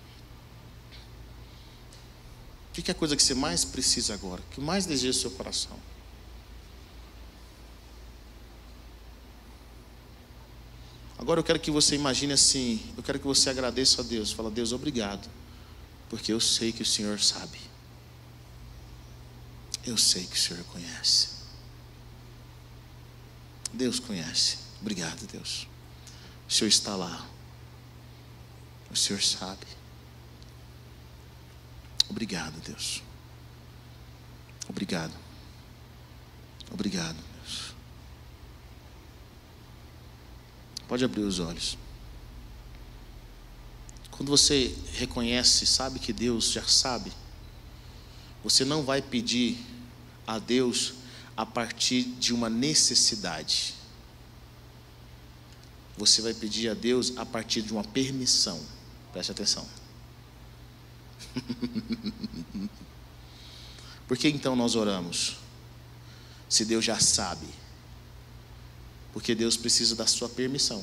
O que é a coisa que você mais precisa agora? O que mais deseja o seu coração? Agora eu quero que você imagine assim, eu quero que você agradeça a Deus. Fala: Deus, obrigado, porque eu sei que o Senhor sabe. Eu sei que o Senhor conhece. Deus conhece. Obrigado, Deus. O Senhor está lá. O Senhor sabe. Obrigado, Deus. Obrigado. Obrigado, Deus. Pode abrir os olhos. Quando você reconhece, sabe que Deus já sabe, você não vai pedir a Deus a partir de uma necessidade. Você vai pedir a Deus a partir de uma permissão. Preste atenção. Por que então nós oramos? Se Deus já sabe. Porque Deus precisa da sua permissão.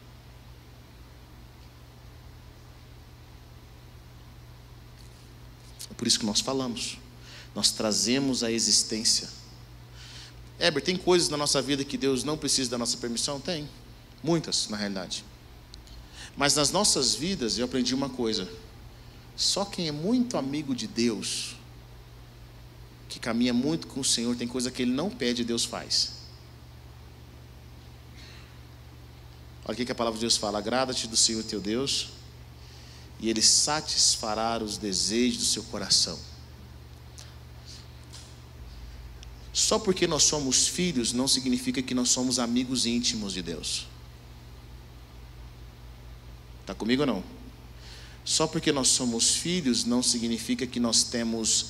É por isso que nós falamos. Nós trazemos a existência. Heber, tem coisas na nossa vida que Deus não precisa da nossa permissão? Tem. Muitas, na realidade. Mas nas nossas vidas eu aprendi uma coisa: só quem é muito amigo de Deus, que caminha muito com o Senhor, tem coisa que Ele não pede, Deus faz. Olha o que a palavra de Deus fala: agrada-te do Senhor teu Deus, e Ele satisfará os desejos do seu coração. Só porque nós somos filhos não significa que nós somos amigos íntimos de Deus. Está comigo ou não? Só porque nós somos filhos não significa que nós temos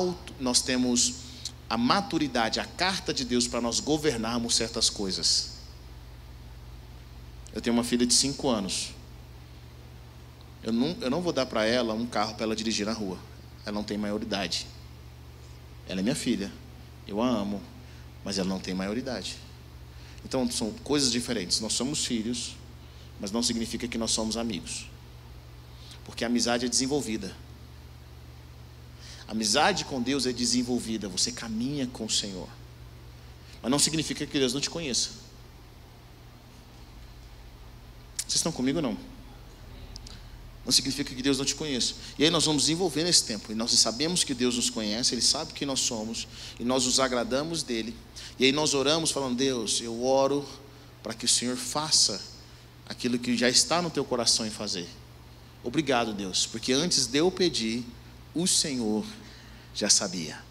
a maturidade, a carta de Deus para nós governarmos certas coisas. Eu tenho uma filha de 5 anos. Eu não vou dar para ela um carro para ela dirigir na rua. Ela não tem maioridade. Ela é minha filha. Eu a amo, mas ela não tem maioridade. Então são coisas diferentes. Nós somos filhos, mas não significa que nós somos amigos. Porque a amizade é desenvolvida. A amizade com Deus é desenvolvida. Você caminha com o Senhor. Mas não significa que Deus não te conheça. Vocês estão comigo ou não? Não significa que Deus não te conheça. E aí nós vamos desenvolver nesse tempo. E nós sabemos que Deus nos conhece, Ele sabe quem nós somos, e nós nos agradamos dEle. E aí nós oramos falando: Deus, eu oro para que o Senhor faça aquilo que já está no teu coração em fazer. Obrigado, Deus, porque antes de eu pedir, o Senhor já sabia.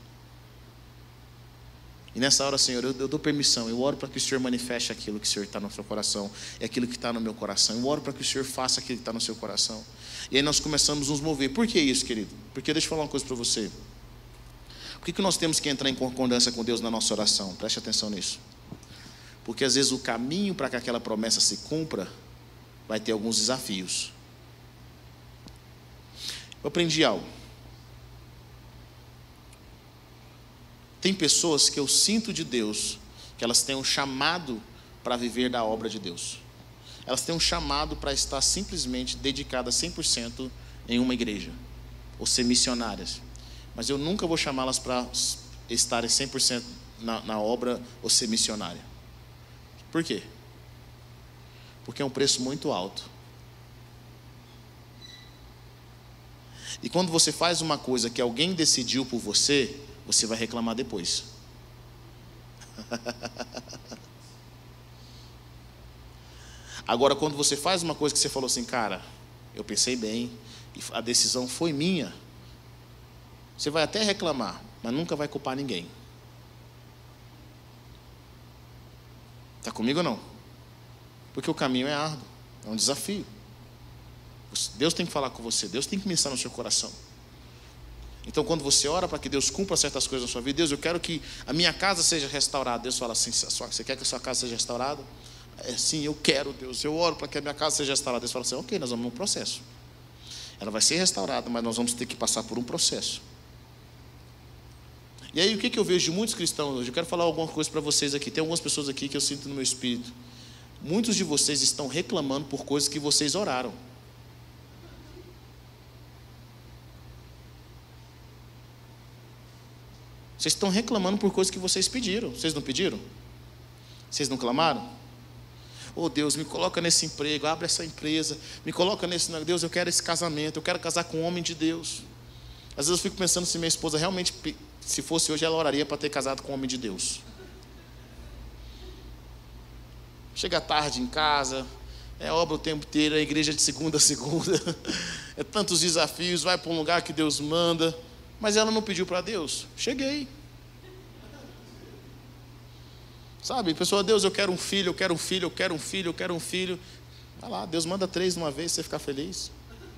E nessa hora, Senhor, eu dou permissão. Eu oro para que o Senhor manifeste aquilo que o Senhor está no seu coração, e aquilo que está no meu coração. Eu oro para que o Senhor faça aquilo que está no seu coração. E aí nós começamos a nos mover. Por que isso, querido? Porque deixa eu falar uma coisa para você. Por que nós temos que entrar em concordância com Deus na nossa oração? Preste atenção nisso. Porque às vezes o caminho para que aquela promessa se cumpra vai ter alguns desafios. Eu aprendi algo. Tem pessoas que eu sinto de Deus que elas têm um chamado para viver da obra de Deus. Elas têm um chamado para estar simplesmente dedicadas 100% em uma igreja, ou ser missionárias. Mas eu nunca vou chamá-las para estarem 100% na obra ou ser missionária. Por quê? Porque é um preço muito alto. E quando você faz uma coisa que alguém decidiu por você, você vai reclamar depois. Agora, quando você faz uma coisa que você falou assim, cara, eu pensei bem, e a decisão foi minha, você vai até reclamar, mas nunca vai culpar ninguém. Está comigo ou não? Porque o caminho é árduo, é um desafio. Deus tem que falar com você, Deus tem que ministrar no seu coração. Então, quando você ora para que Deus cumpra certas coisas na sua vida, Deus, eu quero que a minha casa seja restaurada. Deus fala assim, você quer que a sua casa seja restaurada? Sim, eu quero, Deus, eu oro para que a minha casa seja restaurada. Deus fala assim, ok, nós vamos num processo. Ela vai ser restaurada, mas nós vamos ter que passar por um processo. E aí, o que eu vejo de muitos cristãos hoje? Eu quero falar alguma coisa para vocês aqui. Tem algumas pessoas aqui que eu sinto no meu espírito. Muitos de vocês estão reclamando por coisas que vocês oraram. Vocês estão reclamando por coisas que vocês pediram. Vocês não pediram? Vocês não clamaram? Oh Deus, me coloca nesse emprego, abre essa empresa, me coloca nesse... Deus, eu quero esse casamento, eu quero casar com um homem de Deus. Às vezes eu fico pensando se minha esposa realmente, se fosse hoje, ela oraria para ter casado com um homem de Deus. Chega tarde em casa, é obra o tempo inteiro, é igreja de segunda a segunda, é tantos desafios, vai para um lugar que Deus manda, mas ela não pediu para Deus. Cheguei. Sabe, pessoa, Deus, eu quero um filho, eu quero um filho, eu quero um filho, eu quero um filho. Vai lá, Deus manda 3 de uma vez, você ficar feliz.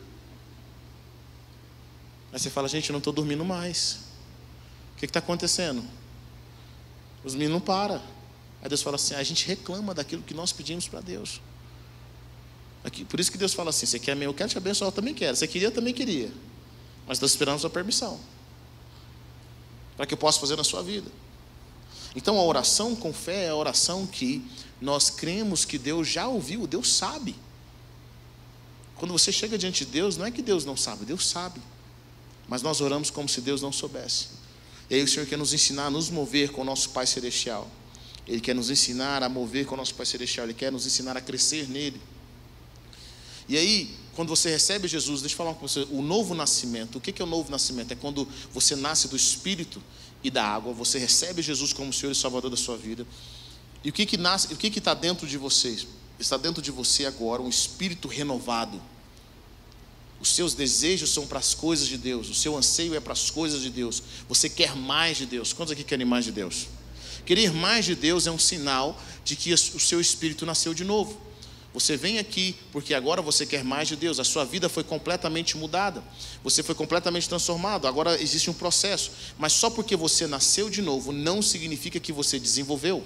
Aí você fala, gente, eu não estou dormindo mais. O que está acontecendo? Os meninos não param. Aí Deus fala assim, a gente reclama daquilo que nós pedimos para Deus. Aqui, por isso que Deus fala assim, você quer eu quero te abençoar, eu também quero. Você queria, eu também queria. Mas estou esperando a sua permissão. Para que eu possa fazer na sua vida. Então a oração com fé é a oração que nós cremos que Deus já ouviu, Deus sabe. Quando você chega diante de Deus, não é que Deus não sabe, Deus sabe. Mas nós oramos como se Deus não soubesse. E aí o Senhor quer nos ensinar a nos mover com o nosso Pai Celestial. Ele quer nos ensinar a mover com o nosso Pai Celestial. Ele quer nos ensinar a crescer nele. E aí, quando você recebe Jesus, deixa eu falar com você, o novo nascimento. O que é o novo nascimento? É quando você nasce do Espírito e da água. Você recebe Jesus como Senhor e Salvador da sua vida. E o que está dentro de vocês? Está dentro de você agora um espírito renovado. Os seus desejos são para as coisas de Deus. O seu anseio é para as coisas de Deus. Você quer mais de Deus. Quantos aqui querem mais de Deus? Querer mais de Deus é um sinal de que o seu espírito nasceu de novo. Você vem aqui porque agora você quer mais de Deus. A sua vida foi completamente mudada. Você foi completamente transformado. Agora existe um processo. Mas só porque você nasceu de novo não significa que você desenvolveu.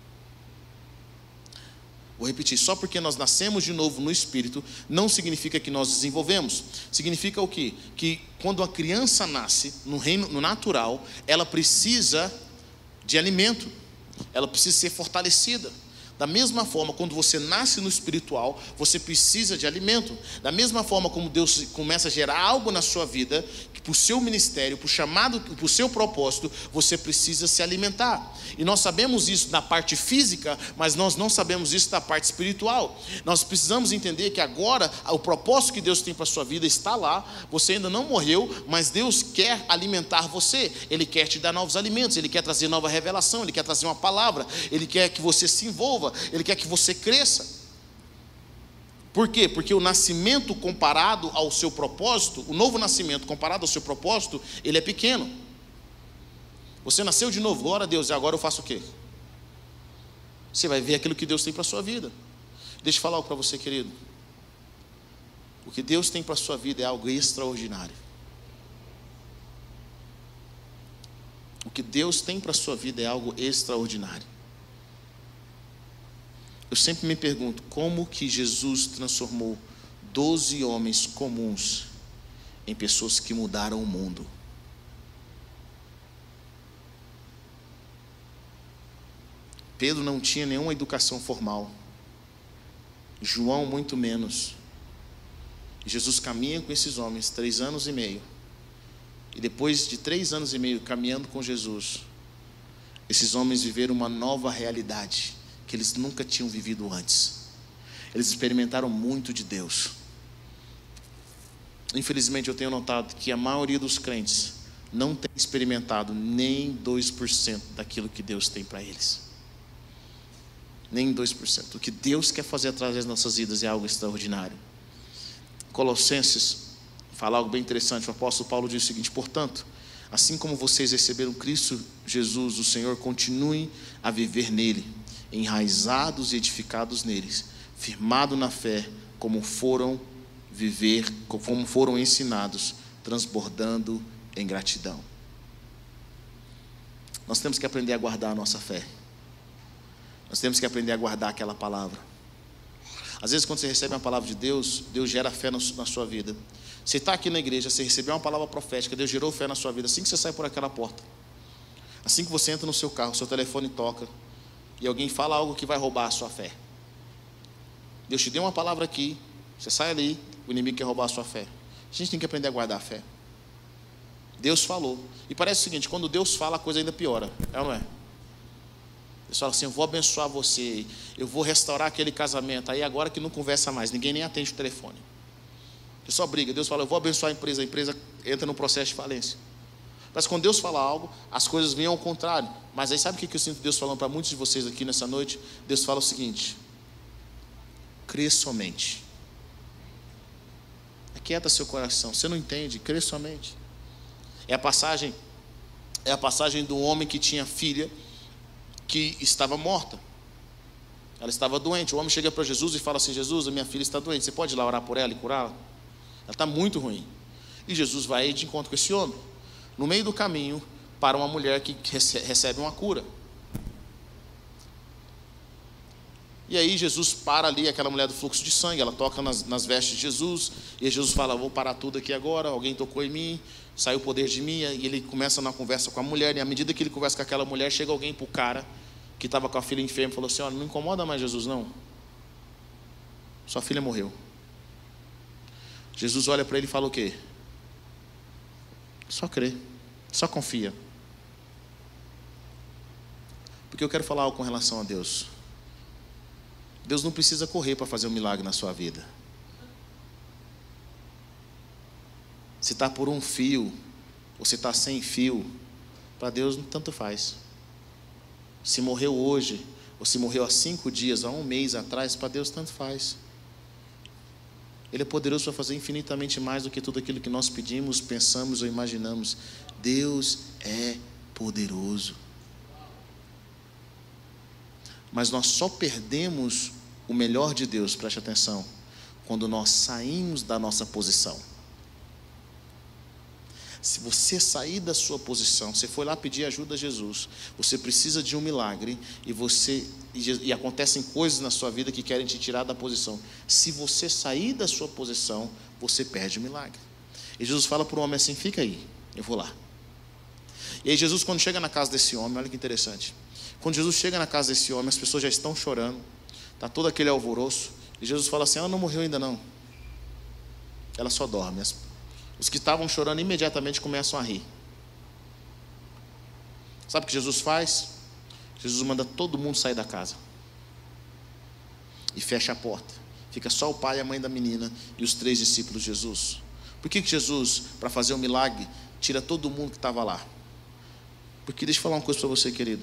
Vou repetir, só porque nós nascemos de novo no Espírito, não significa que nós desenvolvemos. Significa o quê? Que quando a criança nasce no reino, no natural, ela precisa de alimento, ela precisa ser fortalecida. Da mesma forma, quando você nasce no espiritual, você precisa de alimento. Da mesma forma como Deus começa a gerar algo na sua vida, que para o seu ministério, para o chamado, para o seu propósito, você precisa se alimentar. E nós sabemos isso na parte física, mas nós não sabemos isso na parte espiritual. Nós precisamos entender que agora o propósito que Deus tem para a sua vida está lá. Você ainda não morreu, mas Deus quer alimentar você. Ele quer te dar novos alimentos, Ele quer trazer nova revelação, Ele quer trazer uma palavra, Ele quer que você se envolva, Ele quer que você cresça. Por quê? Porque o nascimento comparado ao seu propósito, o novo nascimento comparado ao seu propósito, ele é pequeno. Você nasceu de novo, glória a Deus, e agora eu faço o quê? Você vai ver aquilo que Deus tem para a sua vida. Deixa eu falar algo para você, querido. O que Deus tem para a sua vida é algo extraordinário. O que Deus tem para a sua vida é algo extraordinário. Eu sempre me pergunto, como que Jesus transformou 12 homens comuns em pessoas que mudaram o mundo? Pedro não tinha nenhuma educação formal. João muito menos. E Jesus caminha com esses homens 3 anos e meio. E depois de 3 anos e meio caminhando com Jesus, esses homens viveram uma nova realidade que eles nunca tinham vivido antes. Eles experimentaram muito de Deus. Infelizmente eu tenho notado que a maioria dos crentes não tem experimentado nem 2% daquilo que Deus tem para eles. Nem 2%. O que Deus quer fazer através das nossas vidas é algo extraordinário. Colossenses fala algo bem interessante. O apóstolo Paulo diz o seguinte: portanto, assim como vocês receberam Cristo Jesus, o Senhor, continuem a viver nele, enraizados e edificados neles, firmados na fé, como foram ensinados, transbordando em gratidão. Nós temos que aprender a guardar a nossa fé. Nós temos que aprender a guardar aquela palavra. Às vezes quando você recebe uma palavra de Deus, Deus gera fé na sua vida. Você está aqui na igreja, você recebeu uma palavra profética, Deus gerou fé na sua vida assim que você sai por aquela porta. Assim que você entra no seu carro, seu telefone toca e alguém fala algo que vai roubar a sua fé. Deus te deu uma palavra aqui, você sai ali, o inimigo quer roubar a sua fé. A gente tem que aprender a guardar a fé. Deus falou. E parece o seguinte: quando Deus fala, a coisa ainda piora. É ou não é? Deus fala assim: eu vou abençoar você, eu vou restaurar aquele casamento. Aí agora que não conversa mais, ninguém nem atende o telefone. Você só briga. Deus fala: eu vou abençoar a empresa entra no processo de falência. Mas quando Deus fala algo, as coisas vêm ao contrário. Mas aí sabe o que eu sinto Deus falando para muitos de vocês aqui nessa noite? Deus fala o seguinte: crê somente. Aquieta seu coração. Você não entende? Crê somente. É a passagem do homem que tinha filha que estava morta. Ela estava doente. O homem chega para Jesus e fala assim: Jesus, a minha filha está doente, você pode ir lá orar por ela e curá-la? Ela está muito ruim. E Jesus vai de encontro com esse homem. No meio do caminho, para uma mulher que recebe uma cura. E aí Jesus para ali, aquela mulher do fluxo de sangue, ela toca nas vestes de Jesus, e Jesus fala: vou parar tudo aqui agora, alguém tocou em mim, saiu o poder de mim. E ele começa na conversa com a mulher, e à medida que ele conversa com aquela mulher, chega alguém para o cara que estava com a filha enferma e falou assim: olha, não incomoda mais Jesus não, sua filha morreu. Jesus olha para ele e fala o quê? Só crê, só confia. Porque eu quero falar algo com relação a Deus. Deus não precisa correr para fazer um milagre na sua vida. Se está por um fio, ou se está sem fio, para Deus tanto faz. Se morreu hoje, ou se morreu há 5 dias, há 1 mês atrás, para Deus tanto faz. Ele é poderoso para fazer infinitamente mais do que tudo aquilo que nós pedimos, pensamos ou imaginamos. Deus é poderoso. Mas nós só perdemos o melhor de Deus, preste atenção, quando nós saímos da nossa posição. Se você sair da sua posição, você foi lá pedir ajuda a Jesus, você precisa de um milagre, e acontecem coisas na sua vida que querem te tirar da posição. Se você sair da sua posição, você perde o milagre. E Jesus fala para o homem assim: fica aí, eu vou lá. E aí Jesus, quando chega na casa desse homem, olha que interessante, quando Jesus chega na casa desse homem, as pessoas já estão chorando, está todo aquele alvoroço, e Jesus fala assim: ela não morreu ainda não, ela só dorme. Os que estavam chorando imediatamente começam a rir. Sabe o que Jesus faz? Jesus manda todo mundo sair da casa e fecha a porta. Fica só o pai e a mãe da menina e os 3 discípulos de Jesus. Por que Jesus, para fazer um milagre, tira todo mundo que estava lá? Porque deixa eu falar uma coisa para você, querido.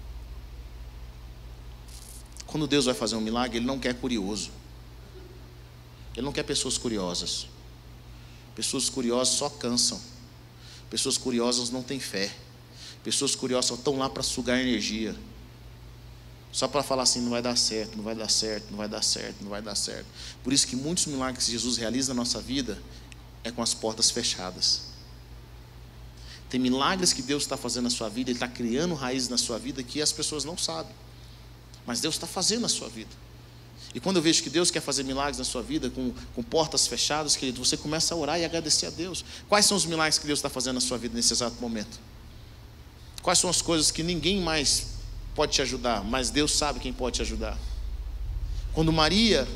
Quando Deus vai fazer um milagre, Ele não quer curioso. Ele não quer pessoas curiosas. Pessoas curiosas só cansam. Pessoas curiosas não têm fé. Pessoas curiosas só estão lá para sugar energia. Só para falar assim: não vai dar certo, não vai dar certo, não vai dar certo, não vai dar certo. Por isso que muitos milagres que Jesus realiza na nossa vida é com as portas fechadas. Tem milagres que Deus está fazendo na sua vida, Ele está criando raízes na sua vida que as pessoas não sabem. Mas Deus está fazendo na sua vida. E quando eu vejo que Deus quer fazer milagres na sua vida com portas fechadas, querido, você começa a orar e agradecer a Deus. Quais são os milagres que Deus está fazendo na sua vida nesse exato momento? Quais são as coisas que ninguém mais pode te ajudar, mas Deus sabe quem pode te ajudar? Quando Maria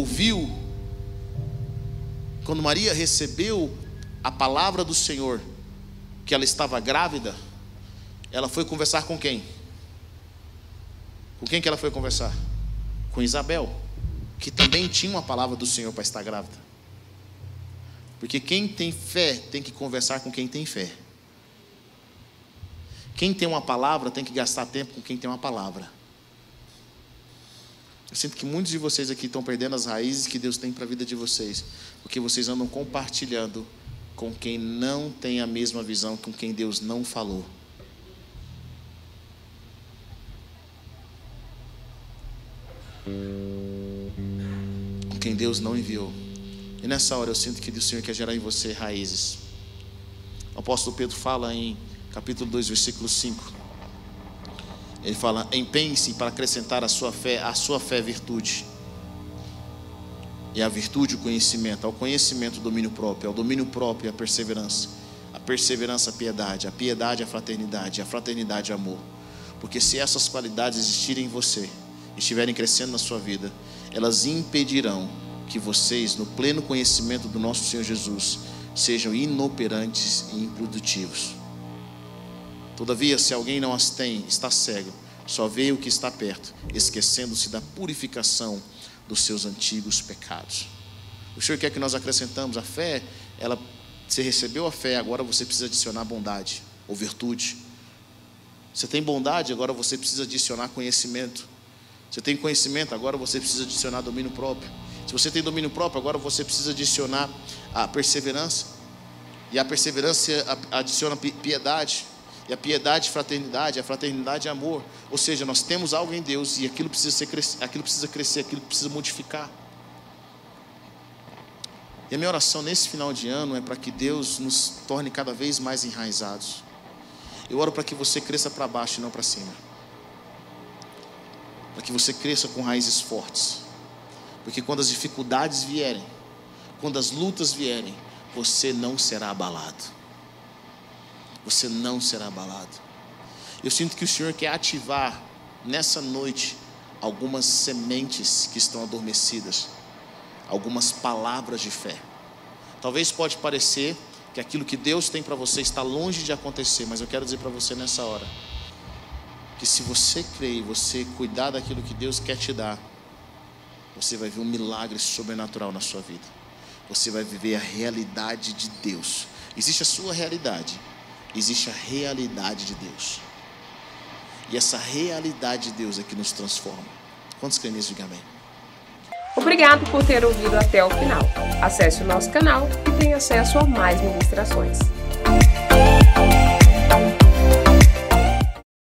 recebeu a palavra do Senhor, que ela estava grávida, ela foi conversar com quem? Com quem que ela foi conversar? Com Isabel, que também tinha uma palavra do Senhor para estar grávida. Porque quem tem fé tem que conversar com quem tem fé. Quem tem uma palavra tem que gastar tempo com quem tem uma palavra. Eu sinto que muitos de vocês aqui estão perdendo as raízes que Deus tem para a vida de vocês, porque vocês andam compartilhando com quem não tem a mesma visão, com quem Deus não falou. Com quem Deus não enviou. E nessa hora eu sinto que o Senhor quer gerar em você raízes. O apóstolo Pedro fala em capítulo 2, versículo 5. Ele fala: empenhe-se para acrescentar à sua fé virtude. E a virtude o conhecimento, ao conhecimento o domínio próprio, ao domínio próprio a perseverança a piedade, a piedade a fraternidade amor. Porque se essas qualidades existirem em você, estiverem crescendo na sua vida, elas impedirão que vocês, no pleno conhecimento do nosso Senhor Jesus, sejam inoperantes e improdutivos. Todavia, se alguém não as tem, está cego, só vê o que está perto, esquecendo-se da purificação dos seus antigos pecados. O Senhor quer que nós acrescentamos a fé. Você recebeu a fé, agora você precisa adicionar bondade ou virtude. Você tem bondade, agora você precisa adicionar conhecimento. Você tem conhecimento, agora você precisa adicionar domínio próprio. Se você tem domínio próprio, agora você precisa adicionar a perseverança. E a perseverança adiciona piedade. E a piedade, fraternidade, a fraternidade, amor. Ou seja, nós temos algo em Deus e aquilo precisa crescer, aquilo precisa modificar. E a minha oração nesse final de ano é para que Deus nos torne cada vez mais enraizados. Eu oro para que você cresça para baixo e não para cima. Para que você cresça com raízes fortes. Porque quando as dificuldades vierem, quando as lutas vierem, você não será abalado. Você não será abalado. Eu sinto que o Senhor quer ativar nessa noite algumas sementes que estão adormecidas, algumas palavras de fé. Talvez pode parecer que aquilo que Deus tem para você está longe de acontecer, mas eu quero dizer para você nessa hora que se você crer e você cuidar daquilo que Deus quer te dar, você vai ver um milagre sobrenatural na sua vida. Você vai viver a realidade de Deus. Existe a sua realidade, existe a realidade de Deus. E essa realidade de Deus é que nos transforma. Quantos creem nisso? Diga amém. Obrigado por ter ouvido até o final. Acesse o nosso canal e tenha acesso a mais ministrações.